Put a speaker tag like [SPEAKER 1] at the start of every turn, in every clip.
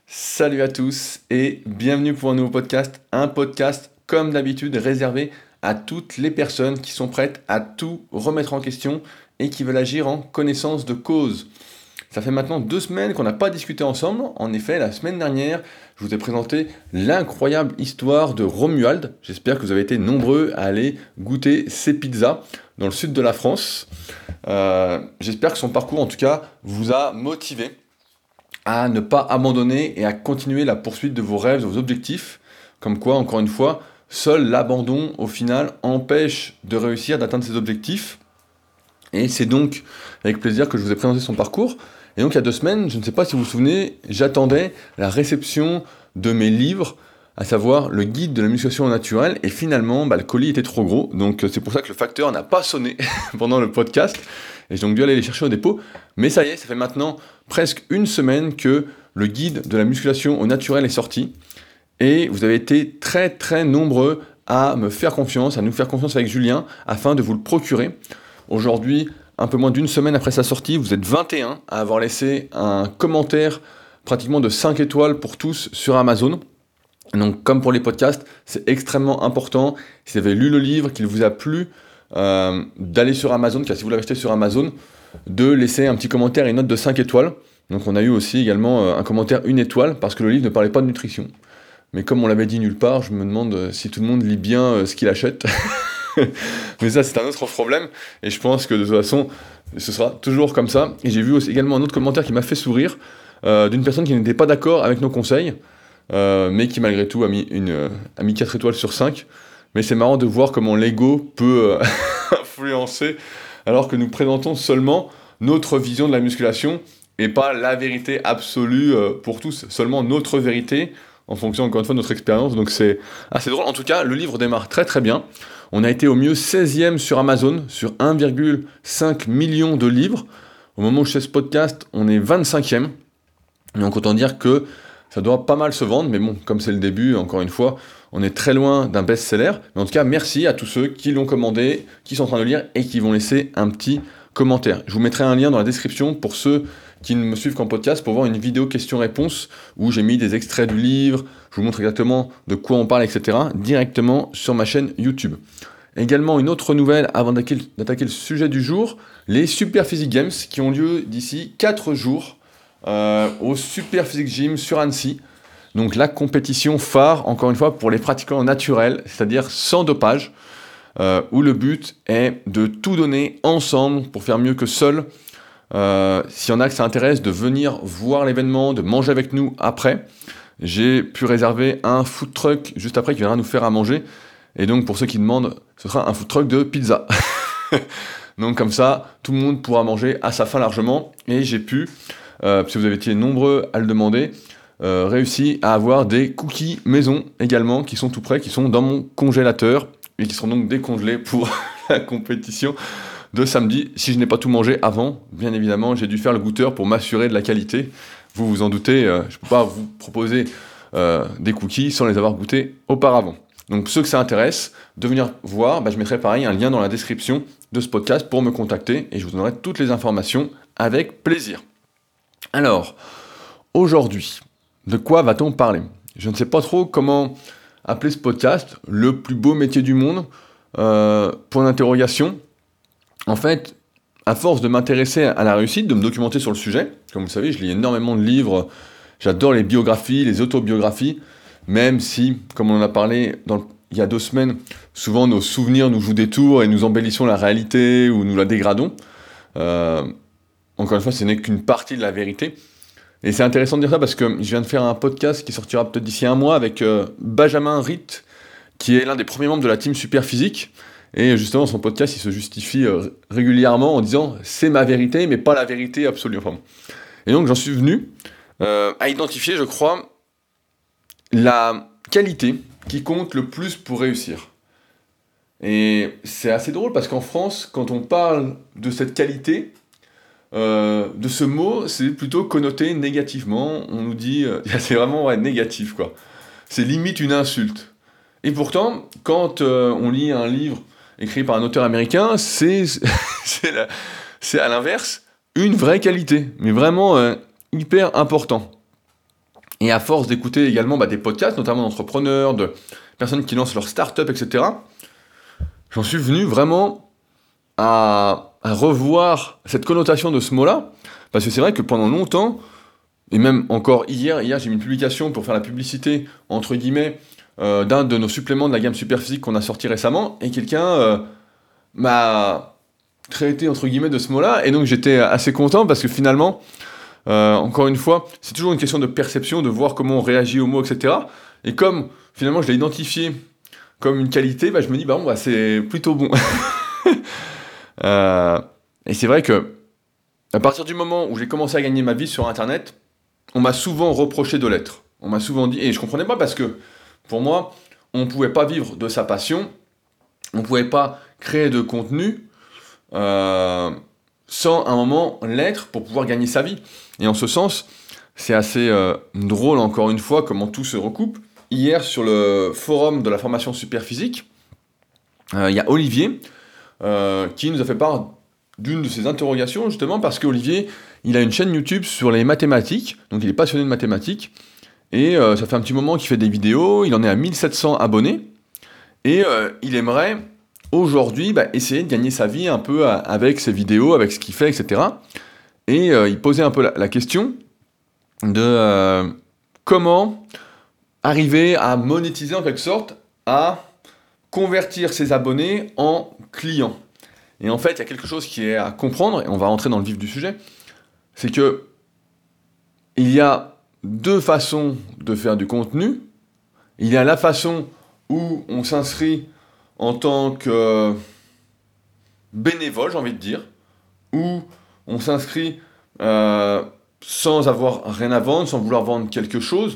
[SPEAKER 1] Salut à tous et bienvenue pour un nouveau podcast. Un podcast comme d'habitude réservé à toutes les personnes qui sont prêtes à tout remettre en question et qui veulent agir en connaissance de cause. Ça fait maintenant 2 semaines qu'on n'a pas discuté ensemble. En effet, la semaine dernière, je vous ai présenté l'incroyable histoire de Romuald. J'espère que vous avez été nombreux à aller goûter ses pizzas dans le sud de la France. J'espère que son parcours, en tout cas, vous a motivé à ne pas abandonner et à continuer la poursuite de vos rêves, de vos objectifs. Comme quoi, encore une fois, seul l'abandon, au final, empêche de réussir, d'atteindre ses objectifs. Et c'est donc avec plaisir que je vous ai présenté son parcours. Et donc, il y a 2 semaines, je ne sais pas si vous vous souvenez, j'attendais la réception de mes livres, à savoir le guide de la musculation naturelle. Et finalement, le colis était trop gros. Donc, c'est pour ça que le facteur n'a pas sonné pendant le podcast. Et j'ai donc dû aller les chercher au dépôt. Mais ça y est, ça fait maintenant presque 1 semaine que le guide de la musculation au naturel est sorti. Et vous avez été très très nombreux à me faire confiance, à nous faire confiance avec Julien, afin de vous le procurer. Aujourd'hui, un peu moins d'1 semaine après sa sortie, vous êtes 21 à avoir laissé un commentaire pratiquement de 5 étoiles pour tous sur Amazon. Donc comme pour les podcasts, c'est extrêmement important. Si vous avez lu le livre, qu'il vous a plu, d'aller sur Amazon, car si vous l'avez acheté sur Amazon, de laisser un petit commentaire et une note de 5 étoiles. Donc on a eu aussi également un commentaire 1 étoile, parce que le livre ne parlait pas de nutrition. Mais comme on l'avait dit nulle part, je me demande si tout le monde lit bien ce qu'il achète. Mais ça, c'est un autre problème, et je pense que de toute façon, ce sera toujours comme ça. Et j'ai vu aussi également un autre commentaire qui m'a fait sourire, d'une personne qui n'était pas d'accord avec nos conseils, mais qui malgré tout a mis 4 étoiles sur 5. Mais c'est marrant de voir comment l'ego peut influencer, alors que nous présentons seulement notre vision de la musculation, et pas la vérité absolue pour tous, seulement notre vérité, en fonction encore une fois de notre expérience. Donc c'est assez drôle. En tout cas, le livre démarre très très bien. On a été au mieux 16e sur Amazon, sur 1,5 million de livres. Au moment où je fais ce podcast, on est 25e. Donc autant dire que ça doit pas mal se vendre, mais bon, comme c'est le début, encore une fois, on est très loin d'un best-seller. Mais en tout cas, merci à tous ceux qui l'ont commandé, qui sont en train de le lire et qui vont laisser un petit commentaire. Je vous mettrai un lien dans la description pour ceux qui ne me suivent qu'en podcast pour voir une vidéo questions-réponses où j'ai mis des extraits du livre, je vous montre exactement de quoi on parle, etc. directement sur ma chaîne YouTube. Également, une autre nouvelle avant d'attaquer le sujet du jour, les Super Physique Games qui ont lieu d'ici 4 jours au Super Physique Gym sur Annecy. Donc la compétition phare, encore une fois, pour les pratiquants naturels, c'est-à-dire sans dopage, où le but est de tout donner ensemble pour faire mieux que seul. S'il y en a que ça intéresse de venir voir l'événement, de manger avec nous après, j'ai pu réserver un food truck juste après qui viendra nous faire à manger. Et donc pour ceux qui demandent, ce sera un food truck de pizza. Donc comme ça, tout le monde pourra manger à sa faim largement. Et j'ai pu, parce que vous avez été nombreux à le demander, réussi à avoir des cookies maison également, qui sont tout prêts, qui sont dans mon congélateur, et qui seront donc décongelés pour la compétition de samedi. Si je n'ai pas tout mangé avant, bien évidemment, j'ai dû faire le goûteur pour m'assurer de la qualité. Vous vous en doutez, je ne peux pas vous proposer des cookies sans les avoir goûtés auparavant. Donc ceux que ça intéresse, de venir voir, je mettrai pareil un lien dans la description de ce podcast pour me contacter et je vous donnerai toutes les informations avec plaisir. Alors, aujourd'hui, de quoi va-t-on parler ? Je ne sais pas trop comment appeler ce podcast, le plus beau métier du monde, point d'interrogation. En fait, à force de m'intéresser à la réussite, de me documenter sur le sujet, comme vous le savez, je lis énormément de livres, j'adore les biographies, les autobiographies, même si, comme on en a parlé il y a 2 semaines, souvent nos souvenirs nous jouent des tours et nous embellissons la réalité ou nous la dégradons. Encore une fois, ce n'est qu'une partie de la vérité. Et c'est intéressant de dire ça parce que je viens de faire un podcast qui sortira peut-être d'ici 1 mois avec Benjamin Ritt, qui est l'un des premiers membres de la team Super Physique. Et justement, son podcast, il se justifie régulièrement en disant « c'est ma vérité, mais pas la vérité absolue ». Enfin, et donc, j'en suis venu à identifier, je crois, la qualité qui compte le plus pour réussir. Et c'est assez drôle parce qu'en France, quand on parle de cette qualité, de ce mot, c'est plutôt connoté négativement. On nous dit, c'est vraiment négatif, quoi. C'est limite une insulte. Et pourtant, quand on lit un livre écrit par un auteur américain, c'est à l'inverse une vraie qualité, mais vraiment hyper important. Et à force d'écouter également des podcasts, notamment d'entrepreneurs, de personnes qui lancent leur start-up, etc., j'en suis venu vraiment à revoir cette connotation de ce mot-là, parce que c'est vrai que pendant longtemps, et même encore hier j'ai mis une publication pour faire la publicité, entre guillemets, d'un de nos suppléments de la gamme Superphysique qu'on a sorti récemment, et quelqu'un m'a traité, entre guillemets, de ce mot-là, et donc j'étais assez content, parce que finalement, encore une fois, c'est toujours une question de perception, de voir comment on réagit aux mots, etc. Et comme, finalement, je l'ai identifié comme une qualité, je me dis, c'est plutôt bon. Et c'est vrai que, à partir du moment où j'ai commencé à gagner ma vie sur Internet, on m'a souvent reproché de l'être. On m'a souvent dit, et je comprenais pas parce que, pour moi, on pouvait pas vivre de sa passion, on pouvait pas créer de contenu sans à un moment l'être pour pouvoir gagner sa vie. Et en ce sens, c'est assez drôle, encore une fois, comment tout se recoupe. Hier, sur le forum de la formation Superphysique, il y a Olivier qui nous a fait part d'une de ses interrogations, justement, parce qu'Olivier, il a une chaîne YouTube sur les mathématiques, donc il est passionné de mathématiques, et ça fait un petit moment qu'il fait des vidéos, il en est à 1700 abonnés, et il aimerait aujourd'hui essayer de gagner sa vie un peu avec ses vidéos, avec ce qu'il fait, etc. Et il posait un peu la question de comment arriver à monétiser en quelque sorte, à convertir ses abonnés en clients. Et en fait, il y a quelque chose qui est à comprendre, et on va rentrer dans le vif du sujet, c'est que il y a deux façons de faire du contenu. Il y a la façon où on s'inscrit en tant que bénévole, j'ai envie de dire, où on s'inscrit sans avoir rien à vendre, sans vouloir vendre quelque chose.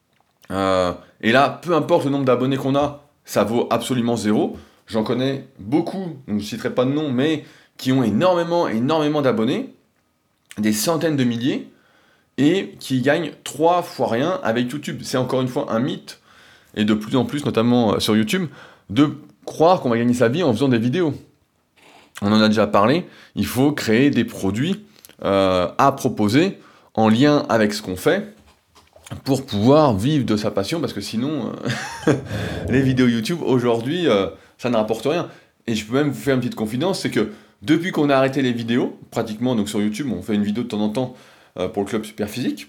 [SPEAKER 1] Et là, peu importe le nombre d'abonnés qu'on a, ça vaut absolument zéro. J'en connais beaucoup, donc je ne citerai pas de nom, mais qui ont énormément d'abonnés, des centaines de milliers, et qui gagnent 3 fois rien avec YouTube. C'est encore une fois un mythe, et de plus en plus, notamment sur YouTube, de croire qu'on va gagner sa vie en faisant des vidéos. On en a déjà parlé, il faut créer des produits à proposer en lien avec ce qu'on fait, pour pouvoir vivre de sa passion, parce que sinon, les vidéos YouTube, aujourd'hui, ça ne rapporte rien. Et je peux même vous faire une petite confidence, c'est que depuis qu'on a arrêté les vidéos, pratiquement, donc sur YouTube, on fait une vidéo de temps en temps pour le club Superphysique,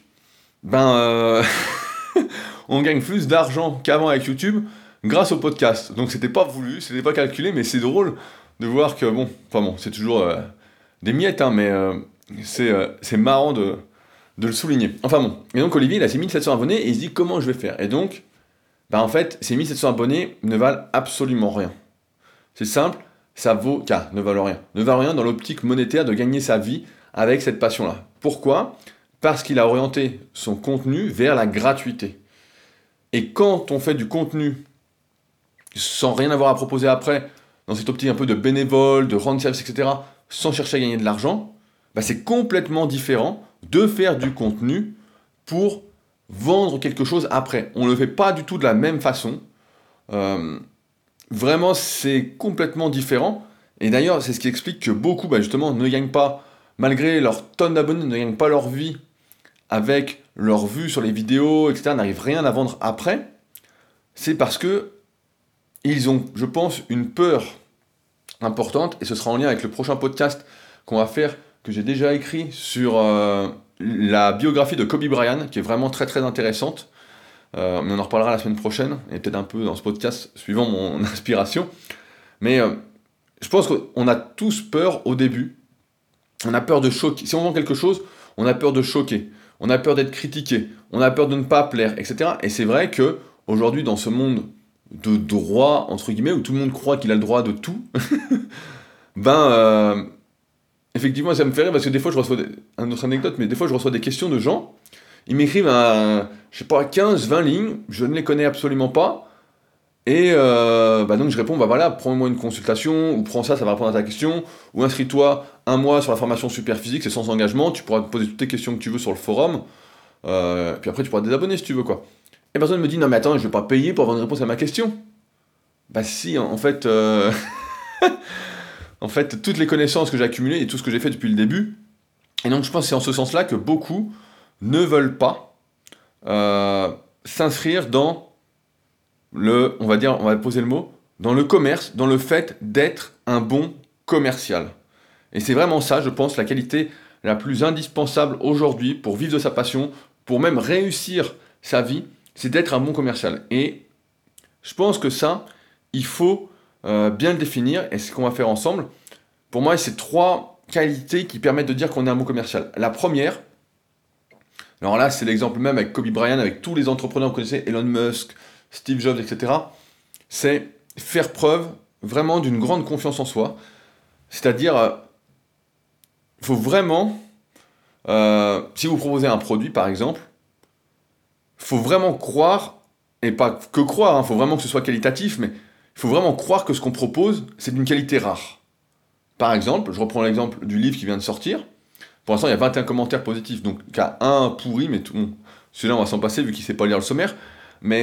[SPEAKER 1] on gagne plus d'argent qu'avant avec YouTube, grâce au podcast. Donc c'était pas voulu, c'était pas calculé, mais c'est drôle de voir que, c'est toujours des miettes, mais c'est marrant de le souligner. Et donc Olivier, il a ses 1700 abonnés, et il se dit comment je vais faire. Et donc, en fait, ces 1700 abonnés ne valent absolument rien. C'est simple, ne valent rien. Ne valent rien dans l'optique monétaire de gagner sa vie avec cette passion-là. Pourquoi ? Parce qu'il a orienté son contenu vers la gratuité. Et quand on fait du contenu sans rien avoir à proposer après, dans cette optique un peu de bénévole, de rendre service, etc., sans chercher à gagner de l'argent, c'est complètement différent de faire du contenu pour vendre quelque chose après. On ne le fait pas du tout de la même façon. Vraiment, c'est complètement différent. Et d'ailleurs, c'est ce qui explique que beaucoup, justement, ne gagnent pas, malgré leurs tonnes d'abonnés, ne gagnent pas leur vie avec leurs vues sur les vidéos, etc., n'arrivent rien à vendre après. C'est parce que ils ont, je pense, une peur importante, et ce sera en lien avec le prochain podcast qu'on va faire, que j'ai déjà écrit sur la biographie de Kobe Bryant, qui est vraiment très très intéressante, mais on en reparlera la semaine prochaine, et peut-être un peu dans ce podcast, suivant mon inspiration. Mais je pense qu'on a tous peur au début, on a peur de choquer. Si on vend quelque chose, on a peur de choquer, on a peur d'être critiqué, on a peur de ne pas plaire, etc. Et c'est vrai que aujourd'hui, dans ce monde de droit, entre guillemets, où tout le monde croit qu'il a le droit de tout, effectivement, ça me fait rire parce que des fois, je reçois une autre anecdote, mais des fois, je reçois des questions de gens. Ils m'écrivent 15, 20 lignes, je ne les connais absolument pas. Et donc, je réponds, prends-moi une consultation, ou prends ça, ça va répondre à ta question, ou inscris-toi un mois sur la formation Superphysique, c'est sans engagement, tu pourras te poser toutes tes questions que tu veux sur le forum, puis après, tu pourras te désabonner si tu veux, quoi. Et personne me dit, non, mais attends, je vais pas payer pour avoir une réponse à ma question. Si, en fait. En fait, toutes les connaissances que j'ai accumulées et tout ce que j'ai fait depuis le début. Et donc, je pense que c'est en ce sens-là que beaucoup ne veulent pas s'inscrire dans on va poser le mot, dans le commerce, dans le fait d'être un bon commercial. Et c'est vraiment ça, je pense, la qualité la plus indispensable aujourd'hui pour vivre de sa passion, pour même réussir sa vie, c'est d'être un bon commercial. Et je pense que ça, il faut bien le définir, et c'est ce qu'on va faire ensemble. Pour moi, c'est 3 qualités qui permettent de dire qu'on est un bon commercial. La première, alors là, c'est l'exemple même avec Kobe Bryant, avec tous les entrepreneurs que vous connaissez, Elon Musk, Steve Jobs, etc. C'est faire preuve vraiment d'une grande confiance en soi. C'est-à-dire, il faut vraiment, si vous proposez un produit par exemple, il faut vraiment croire, et pas que croire, il faut vraiment que ce soit qualitatif, mais il faut vraiment croire que ce qu'on propose, c'est d'une qualité rare. Par exemple, je reprends l'exemple du livre qui vient de sortir. Pour l'instant, il y a 21 commentaires positifs, donc il y a un pourri, mais tout, bon, celui-là, on va s'en passer vu qu'il ne sait pas lire le sommaire. Mais,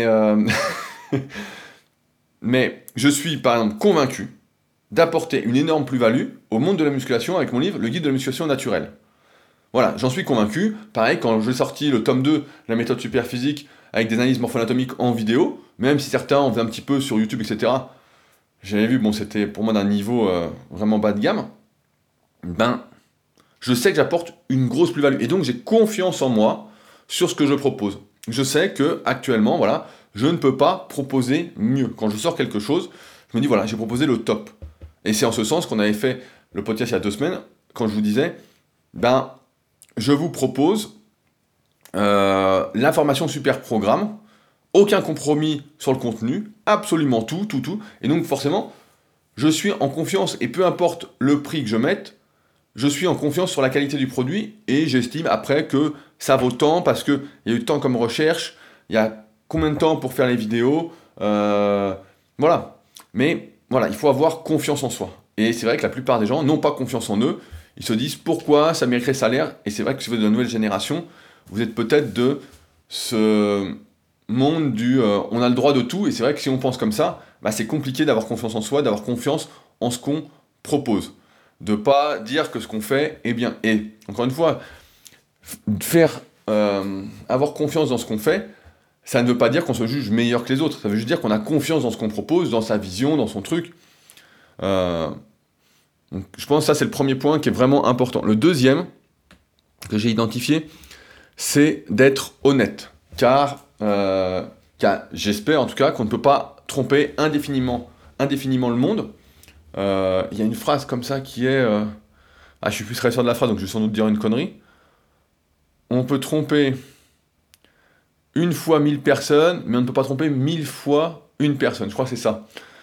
[SPEAKER 1] mais je suis, par exemple, convaincu d'apporter une énorme plus-value au monde de la musculation avec mon livre, Le guide de la musculation naturelle. Voilà, j'en suis convaincu. Pareil, quand j'ai sorti le tome 2, la méthode super physique, avec des analyses morpho-anatomiques en vidéo, même si certains en faisaient un petit peu sur YouTube, etc., j'avais vu, bon, c'était pour moi d'un niveau vraiment bas de gamme, ben, je sais que j'apporte une grosse plus-value. Et donc, j'ai confiance en moi sur ce que je propose. Je sais que actuellement, voilà, je ne peux pas proposer mieux. Quand je sors quelque chose, je me dis, voilà, j'ai proposé le top. Et c'est en ce sens qu'on avait fait le podcast il y a 2 semaines, quand je vous disais, ben, je vous propose l'information super programme, aucun compromis sur le contenu, absolument tout. Et donc forcément, je suis en confiance, et peu importe le prix que je mette, je suis en confiance sur la qualité du produit, et j'estime après que ça vaut tant, parce qu'il y a eu tant comme recherche, il y a combien de temps pour faire les vidéos, voilà. Mais voilà, il faut avoir confiance en soi. Et c'est vrai que la plupart des gens n'ont pas confiance en eux, ils se disent pourquoi ça mériterait salaire, et c'est vrai que si vous êtes de la nouvelle génération, vous êtes peut-être de ce monde du on a le droit de tout, et c'est vrai que si on pense comme ça, bah, c'est compliqué d'avoir confiance en soi, d'avoir confiance en ce qu'on propose. De pas dire que ce qu'on fait est bien. Et encore une fois, faire avoir confiance dans ce qu'on fait, ça ne veut pas dire qu'on se juge meilleur que les autres. Ça veut juste dire qu'on a confiance dans ce qu'on propose, dans sa vision, dans son truc. Donc, je pense que ça, c'est le premier point qui est vraiment important. Le deuxième que j'ai identifié, c'est d'être honnête. Car j'espère en tout cas qu'on ne peut pas tromper indéfiniment le monde. Il y a une phrase comme ça qui est... je suis plus très sûr de la phrase, donc je vais sans doute dire une connerie. On peut tromper une fois 1000 personnes, mais on ne peut pas tromper 1000 fois une personne. Je crois que c'est ça.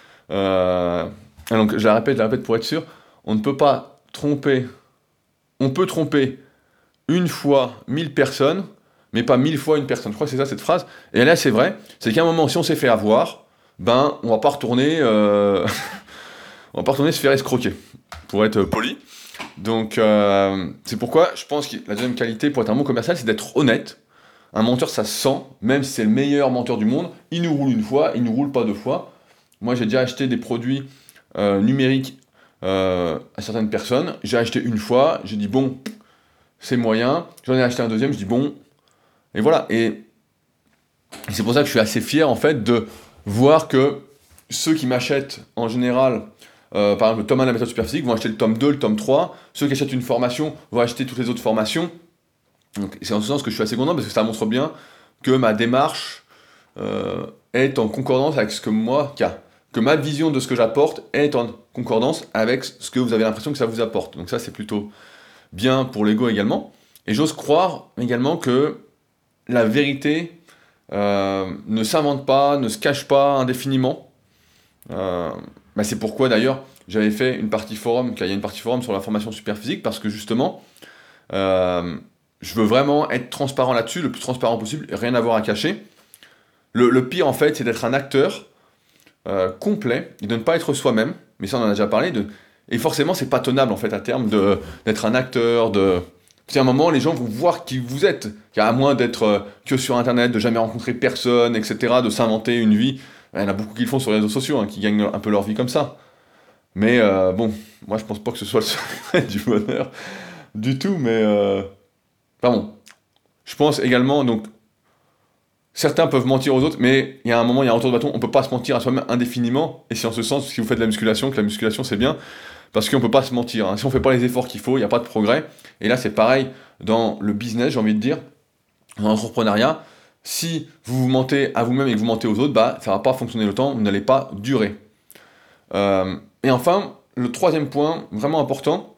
[SPEAKER 1] Donc je la répète pour être sûr. On ne peut pas tromper... On peut tromper une fois 1000 personnes, mais pas 1000 fois une personne. Je crois que c'est ça cette phrase. Et là, c'est vrai. C'est qu'à un moment, si on s'est fait avoir, ben, on va pas retourner... on va pas retourner se faire escroquer, pour être poli. Donc, c'est pourquoi je pense que la deuxième qualité pour être un bon commercial, c'est d'être honnête. Un menteur, ça se sent, même si c'est le meilleur menteur du monde, il nous roule une fois, il nous roule pas 2 fois. Moi, j'ai déjà acheté des produits numériques à certaines personnes. J'ai acheté une fois, j'ai dit bon, c'est moyen. J'en ai acheté un deuxième, je dis bon. Et voilà. Et c'est pour ça que je suis assez fier, en fait, de voir que ceux qui m'achètent, en général, par exemple, le tome 1 de la méthode super physique vont acheter le tome 2, le tome 3. Ceux qui achètent une formation vont acheter toutes les autres formations. Donc, c'est en ce sens que je suis assez content, parce que ça montre bien que ma démarche est en concordance avec ce que moi, que ma vision de ce que j'apporte est en concordance avec ce que vous avez l'impression que ça vous apporte. Donc ça, c'est plutôt bien pour l'ego également. Et j'ose croire également que la vérité ne s'invente pas, ne se cache pas indéfiniment. C'est pourquoi d'ailleurs j'avais fait une partie forum, car il y a une partie forum sur la formation super physique, parce que justement, je veux vraiment être transparent là-dessus, le plus transparent possible, rien avoir à cacher. Le pire en fait, c'est d'être un acteur complet, et de ne pas être soi-même, mais ça on en a déjà parlé, et forcément c'est pas tenable en fait à terme d'être un acteur, c'est un moment, les gens vont voir qui vous êtes, car à moins d'être que sur internet, de jamais rencontrer personne, etc., de s'inventer une vie, il y en a beaucoup qui le font sur les réseaux sociaux, qui gagnent un peu leur vie comme ça. Mais bon, moi je pense pas que ce soit le secret du bonheur du tout, mais... Pardon. Je pense également, donc, certains peuvent mentir aux autres, mais il y a un moment, il y a un retour de bâton, on peut pas se mentir à soi-même indéfiniment, et c'est en ce sens, si vous faites de la musculation, que la musculation c'est bien, parce qu'on peut pas se mentir, hein. Si on fait pas les efforts qu'il faut, il n'y a pas de progrès, et là c'est pareil dans le business, j'ai envie de dire, dans l'entrepreneuriat, si vous vous mentez à vous-même et que vous mentez aux autres, bah ça va pas fonctionner longtemps, vous n'allez pas durer. Et enfin, le troisième point, vraiment important,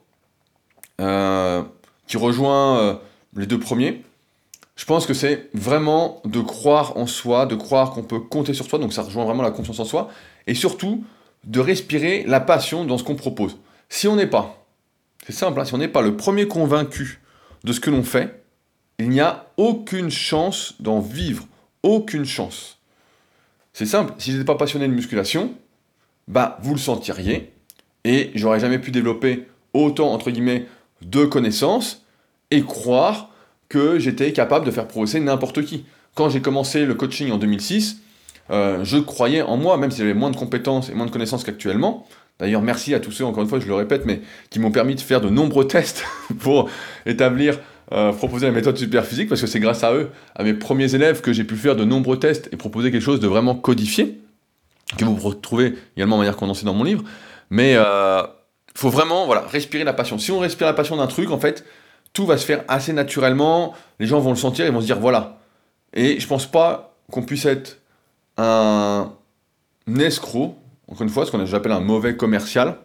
[SPEAKER 1] qui rejoint les deux premiers, je pense que c'est vraiment de croire en soi, de croire qu'on peut compter sur soi, donc ça rejoint vraiment la confiance en soi, et surtout de respirer la passion dans ce qu'on propose. Si on n'est pas, c'est simple, hein, si on n'est pas le premier convaincu de ce que l'on fait, il n'y a aucune chance d'en vivre, aucune chance. C'est simple, si je n'étais pas passionné de musculation, bah vous le sentiriez, et j'aurais jamais pu développer autant, entre guillemets, de connaissances, et croire que j'étais capable de faire progresser n'importe qui. Quand j'ai commencé le coaching en 2006, je croyais en moi, même si j'avais moins de compétences et moins de connaissances qu'actuellement. D'ailleurs, merci à tous ceux, encore une fois, je le répète, mais qui m'ont permis de faire de nombreux tests pour établir, proposer la méthode Superphysique, parce que c'est grâce à eux, à mes premiers élèves, que j'ai pu faire de nombreux tests et proposer quelque chose de vraiment codifié, que vous retrouvez également de manière condensée dans mon livre. Mais faut vraiment respirer la passion. Si on respire la passion d'un truc, en fait, tout va se faire assez naturellement, les gens vont le sentir, ils vont se dire voilà. Et je pense pas qu'on puisse être un escroc, encore une fois, ce qu'on j'appelle un mauvais commercial,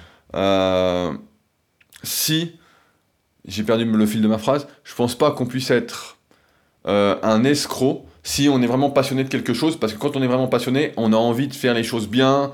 [SPEAKER 1] si, j'ai perdu le fil de ma phrase, je pense pas qu'on puisse être un escroc si on est vraiment passionné de quelque chose, parce que quand on est vraiment passionné, on a envie de faire les choses bien.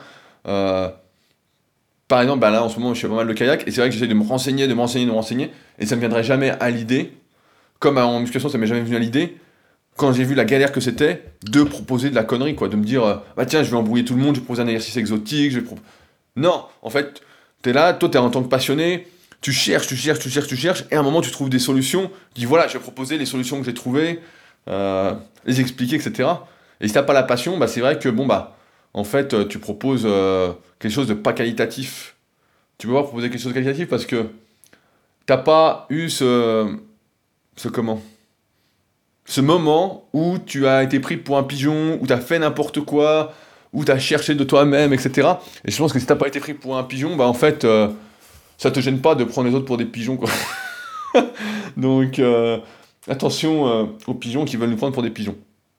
[SPEAKER 1] Par exemple, là en ce moment je fais pas mal de kayak, et c'est vrai que j'essaie de me renseigner, et ça me viendrait jamais à l'idée, comme en musculation ça m'est jamais venu à l'idée, quand j'ai vu la galère que c'était, de proposer de la connerie, quoi, de me dire, bah tiens, je vais embrouiller tout le monde, je vais proposer un exercice exotique, Non, en fait, t'es là, toi t'es en tant que passionné, tu cherches, et à un moment tu trouves des solutions, tu dis voilà, je vais proposer les solutions que j'ai trouvées, les expliquer, etc. Et si t'as pas la passion, bah c'est vrai que en fait, tu proposes quelque chose de pas qualitatif. Tu peux pas proposer quelque chose de qualitatif parce que t'as pas eu ce moment où tu as été pris pour un pigeon, où t'as fait n'importe quoi, où t'as cherché de toi-même, etc. Et je pense que si t'as pas été pris pour un pigeon, bah en fait, ça te gêne pas de prendre les autres pour des pigeons, quoi. Donc, attention aux pigeons qui veulent nous prendre pour des pigeons.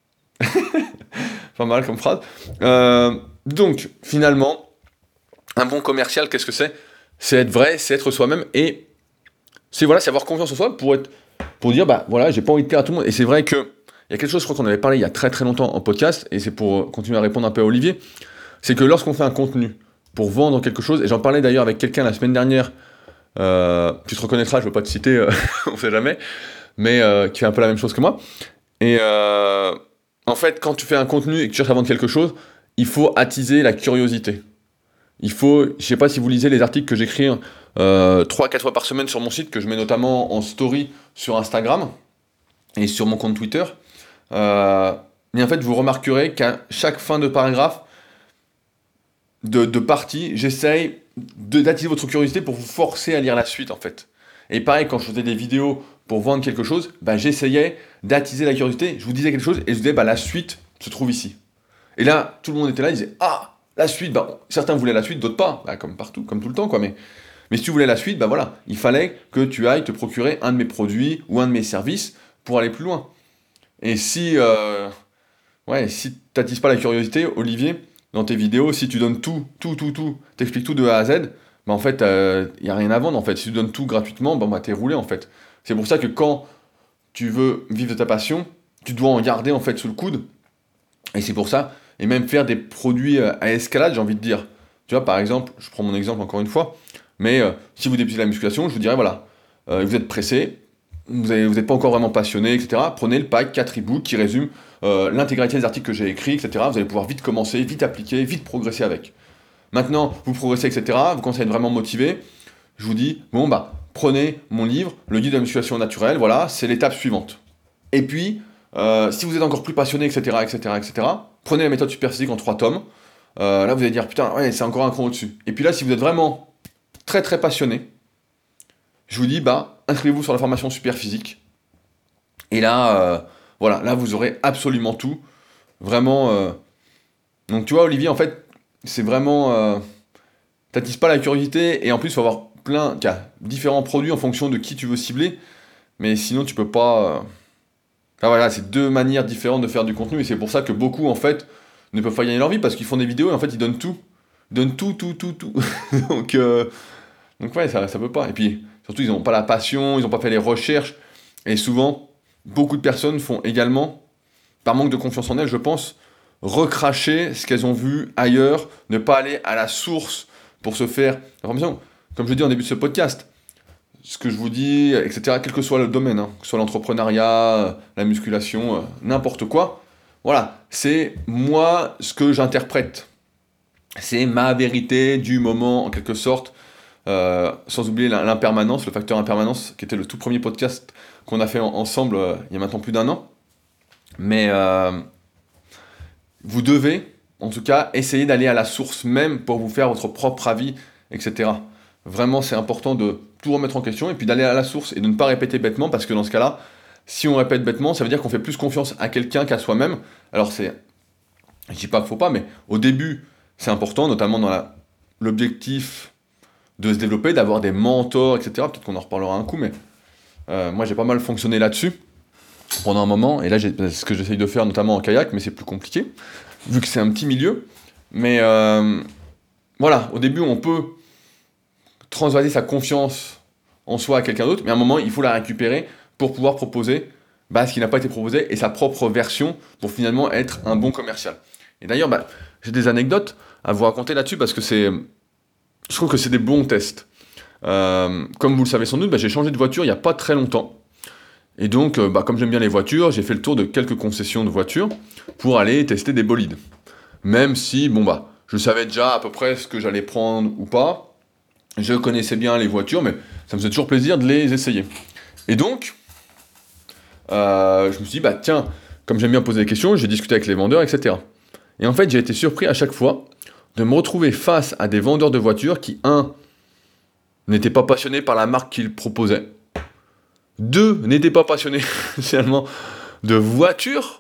[SPEAKER 1] Pas mal comme phrase. Donc, finalement, un bon commercial, qu'est-ce que c'est? C'est être vrai, c'est être soi-même, et c'est avoir confiance en soi pour dire, bah voilà, j'ai pas envie de plaire à tout le monde. Et c'est vrai que, il y a quelque chose, je crois qu'on avait parlé il y a très très longtemps en podcast, et c'est pour continuer à répondre un peu à Olivier, c'est que lorsqu'on fait un contenu pour vendre quelque chose, et j'en parlais d'ailleurs avec quelqu'un la semaine dernière, tu te reconnaîtras, je veux pas te citer, on sait jamais, mais qui fait un peu la même chose que moi. Et en fait, quand tu fais un contenu et que tu cherches à vendre quelque chose, il faut attiser la curiosité. Il faut, je sais pas si vous lisez les articles que j'écris 3-4 fois par semaine sur mon site, que je mets notamment en story sur Instagram et sur mon compte Twitter. Mais en fait, vous remarquerez qu'à chaque fin de paragraphe, de partie, j'essaye d'attiser votre curiosité pour vous forcer à lire la suite, en fait. Et pareil, quand je faisais des vidéos pour vendre quelque chose, j'essayais d'attiser la curiosité, je vous disais quelque chose, et je vous disais, la suite se trouve ici. Et là, tout le monde était là, il disait, ah, la suite, certains voulaient la suite, d'autres pas, comme partout, comme tout le temps, quoi, mais si tu voulais la suite, il fallait que tu ailles te procurer un de mes produits ou un de mes services pour aller plus loin. Et si t'attises pas la curiosité, Olivier, dans tes vidéos, si tu donnes tout, t'expliques tout de A à Z, en fait, y a rien à vendre, en fait. Si tu donnes tout gratuitement, t'es roulé, en fait. C'est pour ça que quand tu veux vivre de ta passion, tu dois en garder, en fait, sous le coude. Et c'est pour ça, et même faire des produits à escalade, j'ai envie de dire. Tu vois, par exemple, je prends mon exemple encore une fois, mais si vous débutez la musculation, je vous dirais, vous êtes pressé, vous n'êtes pas encore vraiment passionné, etc. Prenez le pack 4 e-books qui résume l'intégralité des articles que j'ai écrits, etc. Vous allez pouvoir vite commencer, vite appliquer, vite progresser avec. Maintenant, vous progressez, etc. Vous commencez à être vraiment motivé. Je vous dis, prenez mon livre, le guide de la musculation naturelle, voilà, c'est l'étape suivante. Et puis, si vous êtes encore plus passionné, etc., prenez la méthode Superphysique en 3 tomes. Là, vous allez dire, putain, ouais, c'est encore un cran au-dessus. Et puis là, si vous êtes vraiment très très passionné, je vous dis, inscrivez-vous sur la formation Superphysique. Et là, Voilà, là vous aurez absolument tout. Vraiment. Donc tu vois, Olivier, en fait, c'est vraiment. T'attises pas la curiosité et en plus, il faut avoir différents produits en fonction de qui tu veux cibler. Mais sinon, tu peux pas. Enfin voilà, c'est deux manières différentes de faire du contenu et c'est pour ça que beaucoup, en fait, ne peuvent pas gagner leur vie parce qu'ils font des vidéos et en fait, ils donnent tout. Ils donnent tout, tout, tout, tout. donc, euh, donc ouais, ça peut pas. Et puis, surtout, ils n'ont pas la passion, ils n'ont pas fait les recherches. Et souvent, beaucoup de personnes font également, par manque de confiance en elles, je pense, recracher ce qu'elles ont vu ailleurs, ne pas aller à la source pour se faire l'information. Comme je dis en début de ce podcast, ce que je vous dis, etc., quel que soit le domaine, hein, que ce soit l'entrepreneuriat, la musculation, n'importe quoi, voilà, c'est moi ce que j'interprète. C'est ma vérité du moment, en quelque sorte, sans oublier l'impermanence, le facteur impermanence, qui était le tout premier podcast qu'on a fait ensemble il y a maintenant plus d'un an. Mais vous devez, en tout cas, essayer d'aller à la source même pour vous faire votre propre avis, etc. Vraiment, c'est important de tout remettre en question et puis d'aller à la source et de ne pas répéter bêtement parce que dans ce cas-là, si on répète bêtement, ça veut dire qu'on fait plus confiance à quelqu'un qu'à soi-même. Alors je dis pas qu'il faut pas, mais au début, c'est important, notamment dans l'objectif de se développer, d'avoir des mentors, etc. Peut-être qu'on en reparlera un coup, mais moi j'ai pas mal fonctionné là-dessus pendant un moment, et là c'est ce que j'essaye de faire notamment en kayak, mais c'est plus compliqué, vu que c'est un petit milieu. Mais voilà, au début on peut transvaser sa confiance en soi à quelqu'un d'autre, mais à un moment il faut la récupérer pour pouvoir proposer ce qui n'a pas été proposé et sa propre version pour finalement être un bon commercial. Et d'ailleurs, j'ai des anecdotes à vous raconter là-dessus parce que je trouve que c'est des bons tests. Comme vous le savez sans doute, j'ai changé de voiture il n'y a pas très longtemps. Et donc, comme j'aime bien les voitures, j'ai fait le tour de quelques concessions de voitures pour aller tester des bolides. Même si, je savais déjà à peu près ce que j'allais prendre ou pas. Je connaissais bien les voitures, mais ça me faisait toujours plaisir de les essayer. Et donc, je me suis dit, tiens, comme j'aime bien poser des questions, j'ai discuté avec les vendeurs, etc. Et en fait, j'ai été surpris à chaque fois de me retrouver face à des vendeurs de voitures qui, n'étaient pas passionnés par la marque qu'ils proposaient. 2, n'étaient pas passionnés finalement de voitures,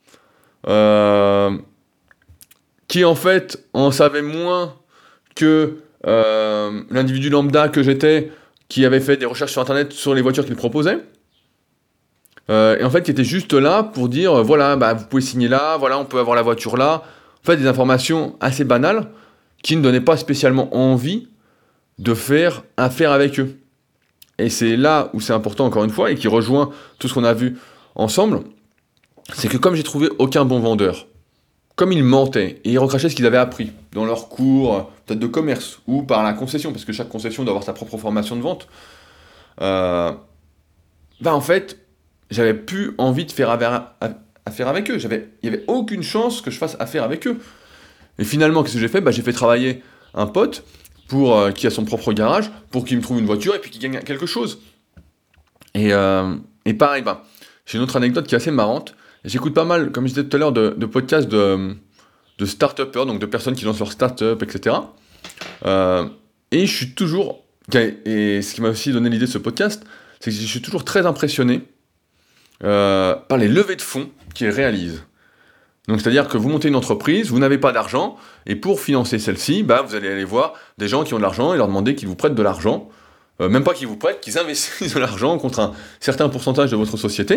[SPEAKER 1] qui en fait en savaient moins que l'individu lambda que j'étais, qui avait fait des recherches sur internet sur les voitures qu'ils proposaient. Et en fait, qui était juste là pour dire, voilà, vous pouvez signer là, voilà, on peut avoir la voiture là. En fait, des informations assez banales qui ne donnaient pas spécialement envie de faire affaire avec eux. Et c'est là où c'est important, encore une fois, et qui rejoint tout ce qu'on a vu ensemble, c'est que comme j'ai trouvé aucun bon vendeur, comme ils mentaient, et ils recrachaient ce qu'ils avaient appris dans leurs cours, peut-être de commerce, ou par la concession, parce que chaque concession doit avoir sa propre formation de vente, en fait, j'avais plus envie de faire affaire avec eux. Il n'y avait aucune chance que je fasse affaire avec eux. Et finalement, qu'est-ce que j'ai fait ? J'ai fait travailler un pote qui a son propre garage, pour qu'il me trouve une voiture et puis qu'il gagne quelque chose. Et pareil, j'ai une autre anecdote qui est assez marrante. J'écoute pas mal, comme je disais tout à l'heure, de podcasts de start-upers, donc de personnes qui lancent leur start-up, etc. Et je suis toujours... Et ce qui m'a aussi donné l'idée de ce podcast, c'est que je suis toujours très impressionné par les levées de fonds qu'ils réalisent. Donc c'est-à-dire que vous montez une entreprise, vous n'avez pas d'argent, et pour financer celle-ci, vous allez aller voir des gens qui ont de l'argent et leur demander qu'ils vous prêtent de l'argent, même pas qu'ils vous prêtent, qu'ils investissent de l'argent contre un certain pourcentage de votre société,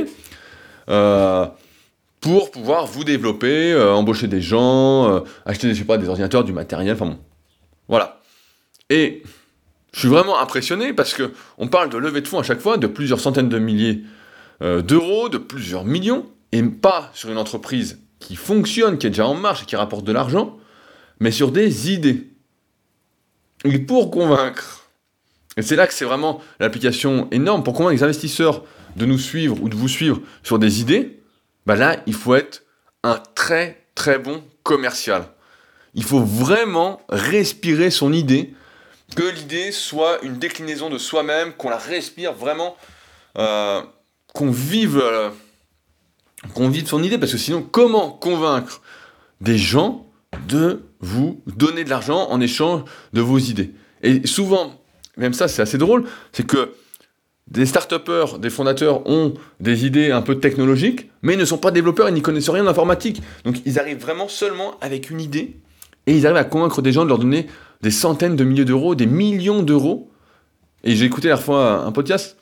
[SPEAKER 1] pour pouvoir vous développer, embaucher des gens, acheter des ordinateurs, du matériel, voilà. Et je suis vraiment impressionné parce que on parle de levée de fonds à chaque fois de plusieurs centaines de milliers d'euros, de plusieurs millions, et pas sur une entreprise qui fonctionne, qui est déjà en marche et qui rapporte de l'argent, mais sur des idées. Et pour convaincre, et c'est là que c'est vraiment l'application énorme, pour convaincre les investisseurs de nous suivre ou de vous suivre sur des idées, là, il faut être un très très bon commercial. Il faut vraiment respirer son idée, que l'idée soit une déclinaison de soi-même, qu'on la respire vraiment, qu'on vive son idée, parce que sinon, comment convaincre des gens de vous donner de l'argent en échange de vos idées ? Et souvent, même ça c'est assez drôle, c'est que des start-upers, des fondateurs ont des idées un peu technologiques, mais ils ne sont pas développeurs et n'y connaissent rien d'informatique. Donc ils arrivent vraiment seulement avec une idée, et ils arrivent à convaincre des gens de leur donner des centaines de milliers d'euros, des millions d'euros. Et j'ai écouté la dernière fois un podcast,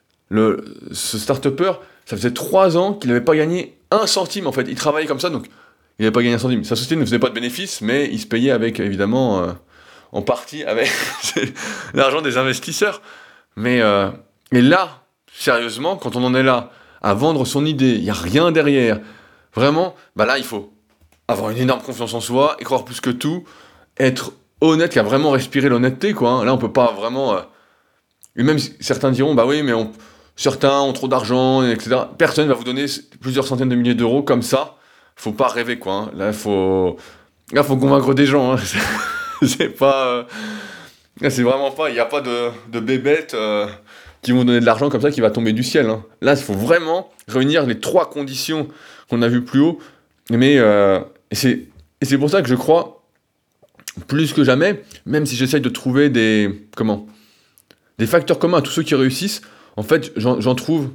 [SPEAKER 1] ce start-upper, ça faisait 3 ans qu'il n'avait pas gagné un centime en fait. Il travaillait comme ça, donc il n'avait pas gagné un centime. Sa société ne faisait pas de bénéfices, mais il se payait avec, évidemment, en partie avec l'argent des investisseurs. Mais et là, sérieusement, quand on en est là, à vendre son idée, il n'y a rien derrière, vraiment, bah là, il faut avoir une énorme confiance en soi, y croire plus que tout, être honnête, qui a vraiment respiré l'honnêteté, quoi. Hein. Là, on peut pas vraiment... Et même certains diront, bah oui, mais certains ont trop d'argent, etc. Personne va vous donner plusieurs centaines de milliers d'euros comme ça. Faut pas rêver, quoi. Hein. Là, faut convaincre des gens. Hein. C'est pas... Là, c'est vraiment pas... Il n'y a pas de bébêtes... qui vont donner de l'argent comme ça qui va tomber du ciel. Hein. Là, il faut vraiment réunir les 3 conditions qu'on a vues plus haut. Mais et c'est pour ça que je crois, plus que jamais, même si j'essaye de trouver des facteurs communs à tous ceux qui réussissent, en fait, j'en trouve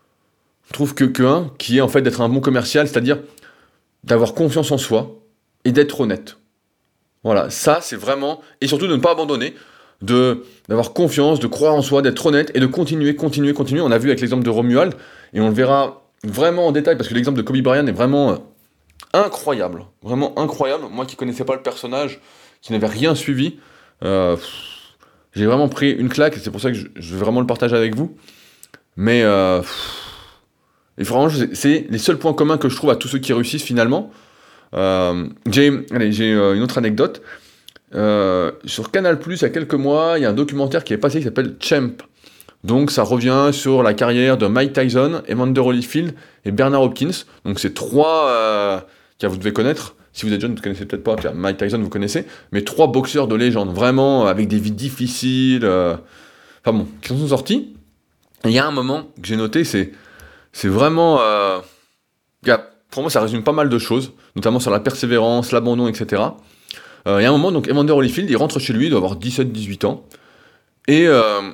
[SPEAKER 1] que un, qui est en fait d'être un bon commercial, c'est-à-dire d'avoir confiance en soi et d'être honnête. Voilà, ça c'est vraiment... Et surtout de ne pas abandonner, d'avoir confiance, de croire en soi, d'être honnête et de continuer. On a vu avec l'exemple de Romuald, et on le verra vraiment en détail, parce que l'exemple de Kobe Bryant est vraiment incroyable. Vraiment incroyable. Moi qui connaissais pas le personnage, qui n'avais rien suivi, j'ai vraiment pris une claque, et c'est pour ça que je veux vraiment le partager avec vous. Mais et vraiment, c'est les seuls points communs que je trouve à tous ceux qui réussissent finalement. J'ai une autre anecdote. Sur Canal+, il y a quelques mois, il y a un documentaire qui est passé qui s'appelle Champ. Donc ça revient sur la carrière de Mike Tyson, Evander Holyfield et Bernard Hopkins. Donc c'est 3 que vous devez connaître. Si vous êtes jeune, vous ne connaissez peut-être pas. Mike Tyson, vous connaissez. Mais 3 boxeurs de légende, vraiment avec des vies difficiles. Enfin bon, qui sont sortis. Et il y a un moment que j'ai noté, c'est vraiment... pour moi, ça résume pas mal de choses, notamment sur la persévérance, l'abandon, etc. Il y a un moment, donc Evander Holyfield, il rentre chez lui, il doit avoir 17-18 ans, et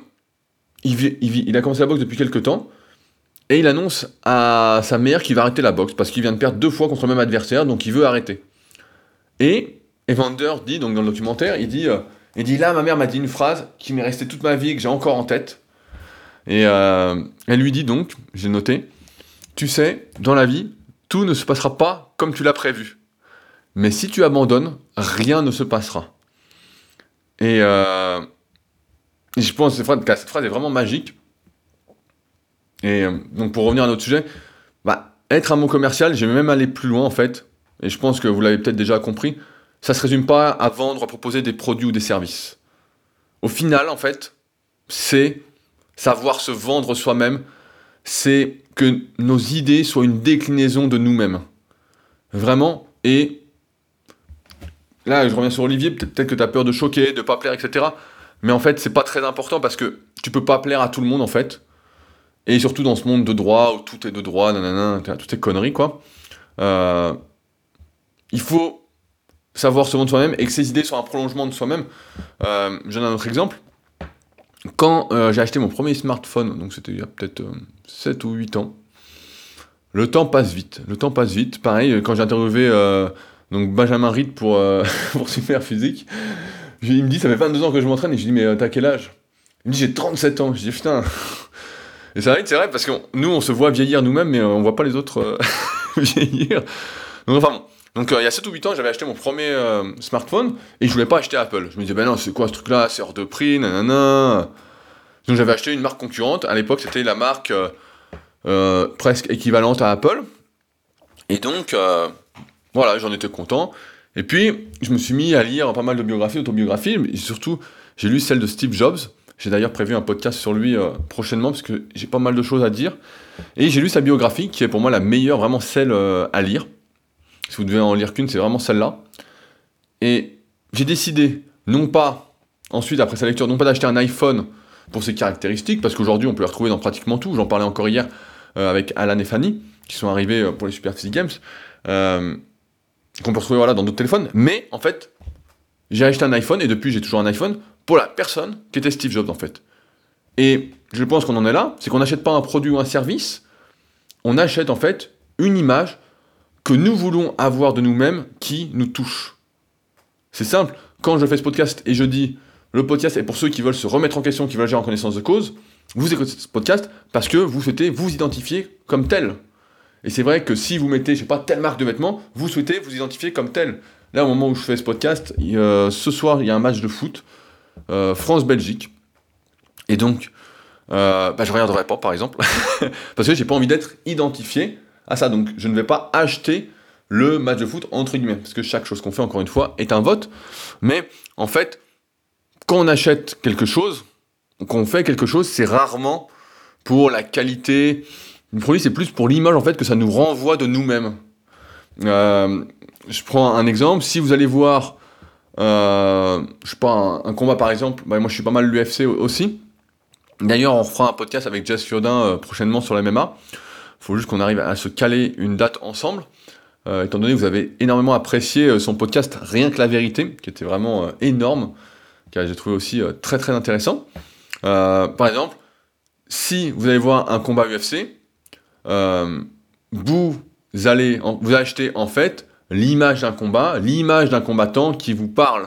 [SPEAKER 1] il a commencé la boxe depuis quelques temps, et il annonce à sa mère qu'il va arrêter la boxe, parce qu'il vient de perdre 2 fois contre le même adversaire, donc il veut arrêter. Et Evander dit, donc dans le documentaire, il dit là, ma mère m'a dit une phrase qui m'est restée toute ma vie et que j'ai encore en tête, et elle lui dit donc, j'ai noté, tu sais, dans la vie, tout ne se passera pas comme tu l'as prévu. Mais si tu abandonnes, rien ne se passera. Et je pense que cette phrase est vraiment magique. Et donc pour revenir à notre sujet, être un bon commercial, je vais même aller plus loin en fait, et je pense que vous l'avez peut-être déjà compris, ça se résume pas à vendre, à proposer des produits ou des services. Au final, en fait, c'est savoir se vendre soi-même, c'est que nos idées soient une déclinaison de nous-mêmes. Vraiment, et là, je reviens sur Olivier, peut-être que tu as peur de choquer, de pas plaire, etc. Mais en fait, c'est pas très important parce que tu peux pas plaire à tout le monde, en fait. Et surtout dans ce monde de droit, où tout est de droit, nanana, toutes ces conneries, quoi. Il faut savoir se vendre soi-même et que ses idées soient un prolongement de soi-même. Je donne un autre exemple. Quand j'ai acheté mon premier smartphone, donc c'était il y a peut-être 7 ou 8 ans, le temps passe vite. Pareil, quand j'ai interviewé donc Benjamin Ritt pour Super Physique, il me dit, ça fait 22 ans que je m'entraîne, et je lui dis, mais t'as quel âge? Il me dit, j'ai 37 ans. Je dis, putain. Et c'est vrai, parce que nous, on se voit vieillir nous-mêmes, mais on voit pas les autres vieillir. Donc, enfin bon. Donc, il y a 7 ou 8 ans, j'avais acheté mon premier smartphone, et je voulais pas acheter Apple. Je me disais, ben non, c'est quoi ce truc-là? C'est hors de prix, nanana. Donc, j'avais acheté une marque concurrente. À l'époque, c'était la marque presque équivalente à Apple. Et donc, voilà, j'en étais content. Et puis, je me suis mis à lire pas mal de biographies, d'autobiographies, mais surtout, j'ai lu celle de Steve Jobs. J'ai d'ailleurs prévu un podcast sur lui prochainement, parce que j'ai pas mal de choses à dire. Et j'ai lu sa biographie, qui est pour moi la meilleure, vraiment celle à lire. Si vous devez en lire qu'une, c'est vraiment celle-là. Et j'ai décidé, non pas, ensuite, après sa lecture, non pas d'acheter un iPhone pour ses caractéristiques, parce qu'aujourd'hui, on peut les retrouver dans pratiquement tout. J'en parlais encore hier avec Alan et Fanny, qui sont arrivés pour les Super Physique Games. Qu'on peut retrouver dans d'autres téléphones, mais en fait, j'ai acheté un iPhone, et depuis j'ai toujours un iPhone, pour la personne qui était Steve Jobs en fait. Et je pense qu'on en est là, c'est qu'on n'achète pas un produit ou un service, on achète en fait une image que nous voulons avoir de nous-mêmes qui nous touche. C'est simple, quand je fais ce podcast et je dis le podcast est pour ceux qui veulent se remettre en question, qui veulent agir en connaissance de cause, vous écoutez ce podcast parce que vous souhaitez vous identifier comme tel. Et c'est vrai que si vous mettez, je sais pas, telle marque de vêtements, vous souhaitez vous identifier comme tel. Là, au moment où je fais ce podcast, ce soir, il y a un match de foot, France-Belgique. Et donc, je regarderai pas, par exemple, parce que j'ai pas envie d'être identifié à ça. Donc, je ne vais pas acheter le match de foot, entre guillemets, parce que chaque chose qu'on fait, encore une fois, est un vote. Mais, en fait, quand on achète quelque chose, quand on fait quelque chose, c'est rarement pour la qualité du produit, c'est plus pour l'image, en fait, que ça nous renvoie de nous-mêmes. Je prends un exemple, si vous allez voir, je sais pas, un combat, par exemple, moi, je suis pas mal l'UFC aussi. D'ailleurs, on refera un podcast avec Jess Fiodin prochainement sur la MMA. Il faut juste qu'on arrive à se caler une date ensemble. Étant donné que vous avez énormément apprécié son podcast Rien que la vérité, qui était vraiment énorme, que j'ai trouvé aussi très très intéressant. Par exemple, si vous allez voir un combat UFC, vous achetez en fait l'image d'un combat, l'image d'un combattant qui vous parle.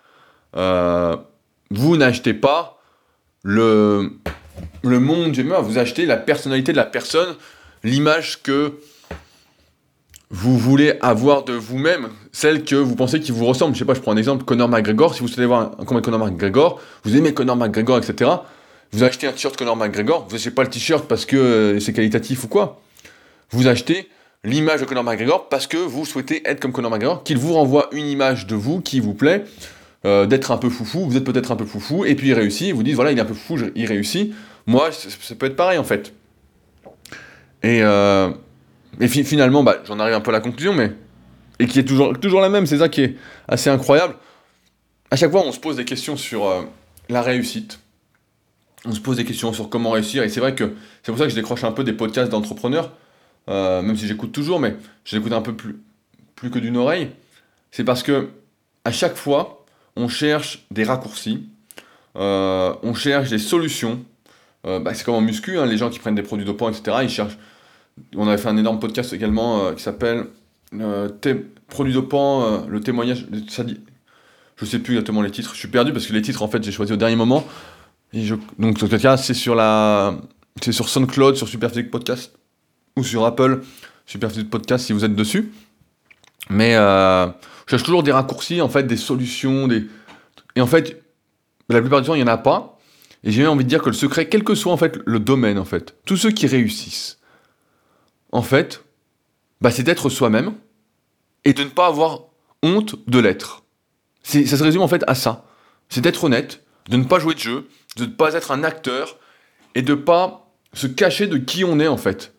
[SPEAKER 1] Vous n'achetez pas le monde du MMA, vous achetez la personnalité de la personne, l'image que vous voulez avoir de vous-même, celle que vous pensez qui vous ressemble. Je sais pas, je prends un exemple, Conor McGregor, si vous souhaitez voir un combat de Conor McGregor, vous aimez Conor McGregor, etc., vous achetez un t-shirt Conor McGregor, vous achetez pas le t-shirt parce que c'est qualitatif ou quoi. Vous achetez l'image de Conor McGregor parce que vous souhaitez être comme Conor McGregor, qu'il vous renvoie une image de vous qui vous plaît, d'être un peu foufou, vous êtes peut-être un peu foufou, et puis il réussit, vous dites voilà, il est un peu foufou, il réussit, moi, ça peut être pareil en fait. Et finalement, j'en arrive un peu à la conclusion, et qui est toujours la même, c'est ça qui est assez incroyable. À chaque fois, on se pose des questions sur la réussite, on se pose des questions sur comment réussir, et c'est vrai que c'est pour ça que je décroche un peu des podcasts d'entrepreneurs, même si j'écoute toujours, mais je l'écoute un peu plus que d'une oreille, c'est parce que à chaque fois, on cherche des raccourcis, on cherche des solutions. C'est comme en muscu, hein, les gens qui prennent des produits dopants, etc., ils cherchent. On avait fait un énorme podcast également qui s'appelle Produits dopants, le témoignage. Ça dit, je sais plus exactement les titres, je suis perdu parce que les titres, en fait, j'ai choisi au dernier moment. Donc, dans ce cas, c'est sur SoundCloud, sur Superphysique Podcast, ou sur Apple, Superphysique Podcast si vous êtes dessus. Mais je cherche toujours des raccourcis, en fait, des solutions, et en fait, la plupart du temps, il n'y en a pas. Et j'ai même envie de dire que le secret, quel que soit en fait le domaine, en fait, tous ceux qui réussissent, en fait, c'est d'être soi-même et de ne pas avoir honte de l'être. Ça se résume en fait à ça. C'est d'être honnête, de ne pas jouer de jeu, de ne pas être un acteur et de ne pas se cacher de qui on est en fait.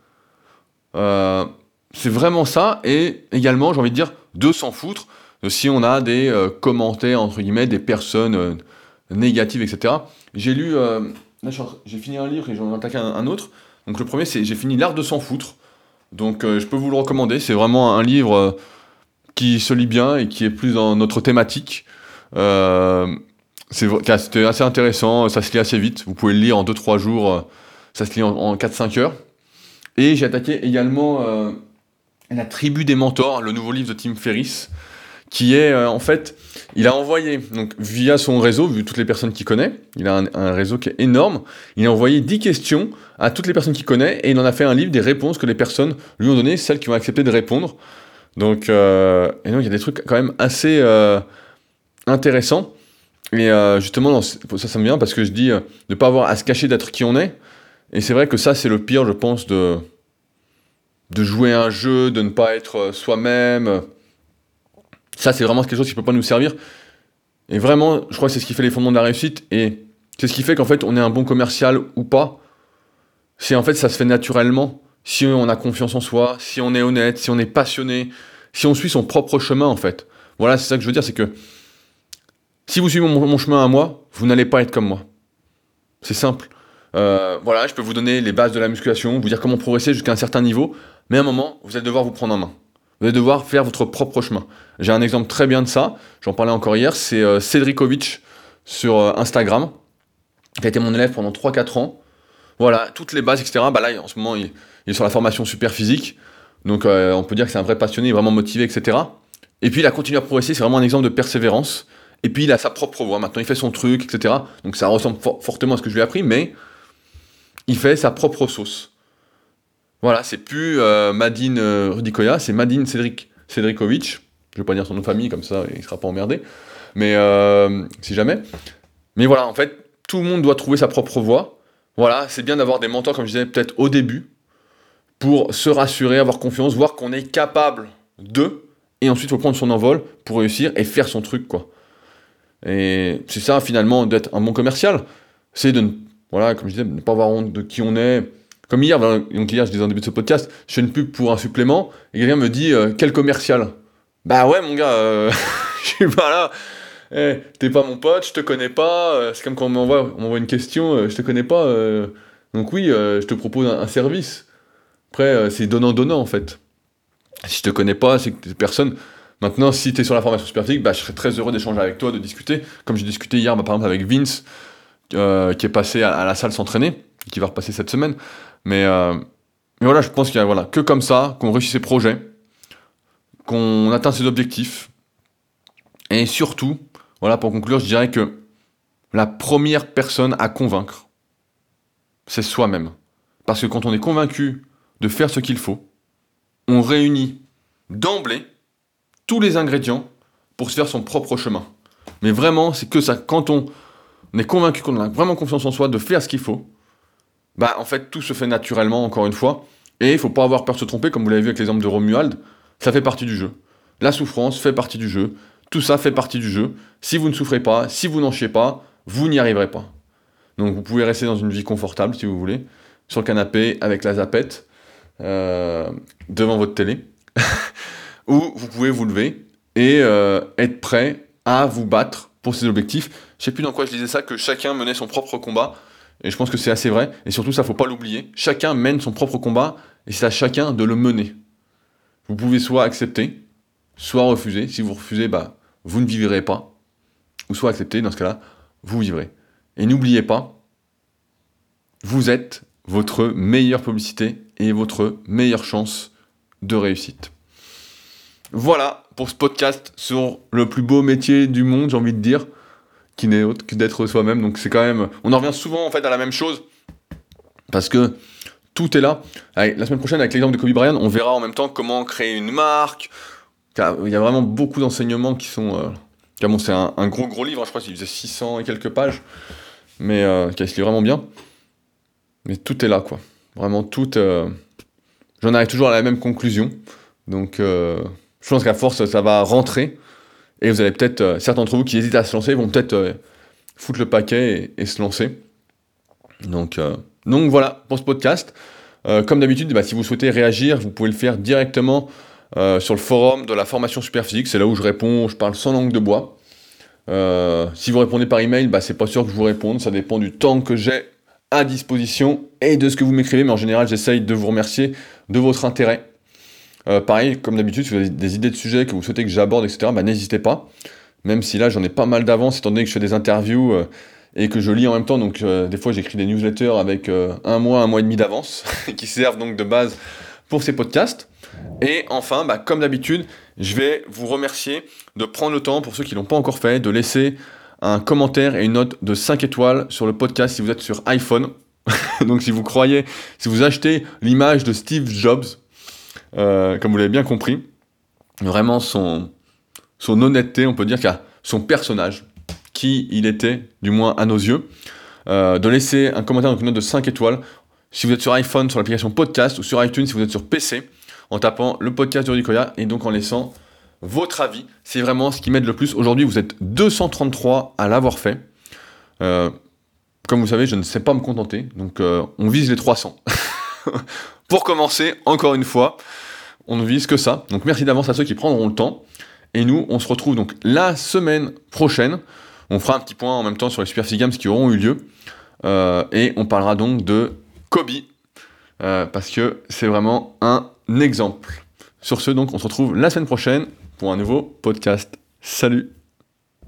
[SPEAKER 1] C'est vraiment ça, et également, j'ai envie de dire, de s'en foutre de si on a des commentaires, entre guillemets, des personnes négatives, etc. J'ai lu, j'ai fini un livre et j'en ai attaqué un autre. Donc le premier, j'ai fini L'Art de s'en foutre. Donc je peux vous le recommander, c'est vraiment un livre qui se lit bien et qui est plus dans notre thématique. C'était assez intéressant, ça se lit assez vite, vous pouvez le lire en 2-3 jours, ça se lit en 4-5 heures. Et j'ai attaqué également La Tribu des Mentors, le nouveau livre de Tim Ferriss, qui est en fait, il a envoyé, donc via son réseau, vu toutes les personnes qu'il connaît, il a un réseau qui est énorme, il a envoyé 10 questions à toutes les personnes qu'il connaît, et il en a fait un livre des réponses que les personnes lui ont données, celles qui ont accepté de répondre. Donc, il y a des trucs quand même assez intéressants, et justement, ça me vient parce que je dis de ne pas avoir à se cacher d'être qui on est, et c'est vrai que ça, c'est le pire, je pense, de jouer un jeu, de ne pas être soi-même. Ça, c'est vraiment quelque chose qui ne peut pas nous servir. Et vraiment, je crois que c'est ce qui fait les fondements de la réussite. Et c'est ce qui fait qu'en fait, on est un bon commercial ou pas. C'est en fait, ça se fait naturellement. Si on a confiance en soi, si on est honnête, si on est passionné, si on suit son propre chemin, en fait. Voilà, c'est ça que je veux dire, c'est que si vous suivez mon chemin à moi, vous n'allez pas être comme moi. C'est simple. Voilà, je peux vous donner les bases de la musculation, vous dire comment progresser jusqu'à un certain niveau, mais à un moment, vous allez devoir vous prendre en main. Vous allez devoir faire votre propre chemin. J'ai un exemple très bien de ça, j'en parlais encore hier, c'est Cédricovic sur Instagram. qui a été mon élève pendant 3-4 ans. Voilà, toutes les bases, etc. Bah là, en ce moment, il est sur la formation super physique. Donc, on peut dire que c'est un vrai passionné, vraiment motivé, etc. Et puis, il a continué à progresser. C'est vraiment un exemple de persévérance. Et puis, il a sa propre voix. Maintenant, il fait son truc, etc. Donc, ça ressemble fortement à ce que je lui ai appris, mais il fait sa propre sauce. Voilà, c'est plus Madine Rudikoya, c'est Madine Cedricovic. Je vais pas dire son nom de famille, comme ça, il sera pas emmerdé. Mais si jamais. Mais voilà, en fait, tout le monde doit trouver sa propre voie. Voilà, c'est bien d'avoir des mentors, comme je disais, peut-être au début, pour se rassurer, avoir confiance, voir qu'on est capable de, et ensuite il faut prendre son envol pour réussir et faire son truc, quoi. Et c'est ça, finalement, d'être un bon commercial. C'est de, voilà, comme je disais, de ne pas avoir honte de qui on est. Comme hier, donc hier, je disais en début de ce podcast, je fais une pub pour un supplément, et quelqu'un me dit, quel commercial? Bah ouais, mon gars, je suis pas là. T'es pas mon pote, je te connais pas, c'est comme quand on m'envoie une question, je te connais pas, donc oui, je te propose un service. Après, c'est donnant-donnant en fait. Si je te connais pas, c'est que t'es personne. Maintenant, si t'es sur la formation super physique, bah, je serais très heureux d'échanger avec toi, de discuter. Comme j'ai discuté hier, bah, par exemple, avec Vince, qui est passé à la salle s'entraîner, qui va repasser cette semaine. Mais voilà, je pense qu'il y a voilà, que comme ça qu'on réussit ses projets, qu'on atteint ses objectifs. Et surtout, voilà, pour conclure, je dirais que la première personne à convaincre, c'est soi-même. Parce que quand on est convaincu de faire ce qu'il faut, on réunit d'emblée tous les ingrédients pour se faire son propre chemin. Mais vraiment, c'est que ça. Quand on est convaincu qu'on a vraiment confiance en soi de faire ce qu'il faut, bah en fait tout se fait naturellement, encore une fois. Et il faut pas avoir peur de se tromper, comme vous l'avez vu avec l'exemple de Romuald, ça fait partie du jeu. La souffrance fait partie du jeu, tout ça fait partie du jeu. Si vous ne souffrez pas, si vous n'en chiez pas, vous n'y arriverez pas. Donc vous pouvez rester dans une vie confortable si vous voulez, sur le canapé avec la zapette, devant votre télé, ou vous pouvez vous lever et être prêt à vous battre pour ses objectifs. Je sais plus dans quoi je disais ça, que chacun menait son propre combat, et je pense que c'est assez vrai, et surtout ça faut pas l'oublier, chacun mène son propre combat, et c'est à chacun de le mener. Vous pouvez soit accepter, soit refuser. Si vous refusez, bah vous ne vivrez pas, ou soit accepter, dans ce cas-là, vous vivrez. Et n'oubliez pas, vous êtes votre meilleure publicité et votre meilleure chance de réussite. Voilà pour ce podcast sur le plus beau métier du monde, j'ai envie de dire, qui n'est autre que d'être soi-même. Donc c'est quand même... On en revient souvent en fait à la même chose, parce que tout est là. Allez, la semaine prochaine, avec l'exemple de Kobe Bryant, on verra en même temps comment créer une marque. Il y a vraiment beaucoup d'enseignements qui sont... Bon, c'est un gros livre, hein, je crois qu'il faisait 600 et quelques pages, mais qui se lit vraiment bien. Mais tout est là, quoi. Vraiment, tout... J'en arrive toujours à la même conclusion. Donc, je pense qu'à force, ça va rentrer. Et vous avez peut-être... certains d'entre vous qui hésitent à se lancer vont peut-être foutre le paquet et se lancer. Donc voilà, pour ce podcast. Comme d'habitude, bah, si vous souhaitez réagir, vous pouvez le faire directement sur le forum de la formation super physique. C'est là où je réponds, je parle sans langue de bois. Si vous répondez par email, bah, c'est pas sûr que je vous réponde. Ça dépend du temps que j'ai à disposition et de ce que vous m'écrivez, mais en général j'essaye de vous remercier de votre intérêt. Pareil, comme d'habitude, si vous avez des idées de sujets que vous souhaitez que j'aborde, etc., bah, n'hésitez pas, même si là j'en ai pas mal d'avance, étant donné que je fais des interviews et que je lis en même temps, donc des fois j'écris des newsletters avec un mois et demi d'avance, qui servent donc de base pour ces podcasts. Et enfin, bah, comme d'habitude, je vais vous remercier de prendre le temps, pour ceux qui ne l'ont pas encore fait, de laisser un commentaire et une note de 5 étoiles sur le podcast si vous êtes sur iPhone. Donc si vous achetez l'image de Steve Jobs, comme vous l'avez bien compris, vraiment son honnêteté, on peut dire, qu'à son personnage, qui il était, du moins à nos yeux, de laisser un commentaire, donc une note de 5 étoiles, si vous êtes sur iPhone, sur l'application podcast, ou sur iTunes si vous êtes sur PC, en tapant le podcast de Rudikoya, et donc en laissant votre avis. C'est vraiment ce qui m'aide le plus. Aujourd'hui, vous êtes 233 à l'avoir fait. Comme vous savez, je ne sais pas me contenter, donc on vise les 300. Pour commencer, encore une fois, on ne vise que ça. Donc merci d'avance à ceux qui prendront le temps. Et nous, on se retrouve donc la semaine prochaine. On fera un petit point en même temps sur les Super Physique Games qui auront eu lieu. Et on parlera donc de Kobe, parce que c'est vraiment un exemple. Sur ce, donc, on se retrouve la semaine prochaine pour un nouveau podcast. Salut!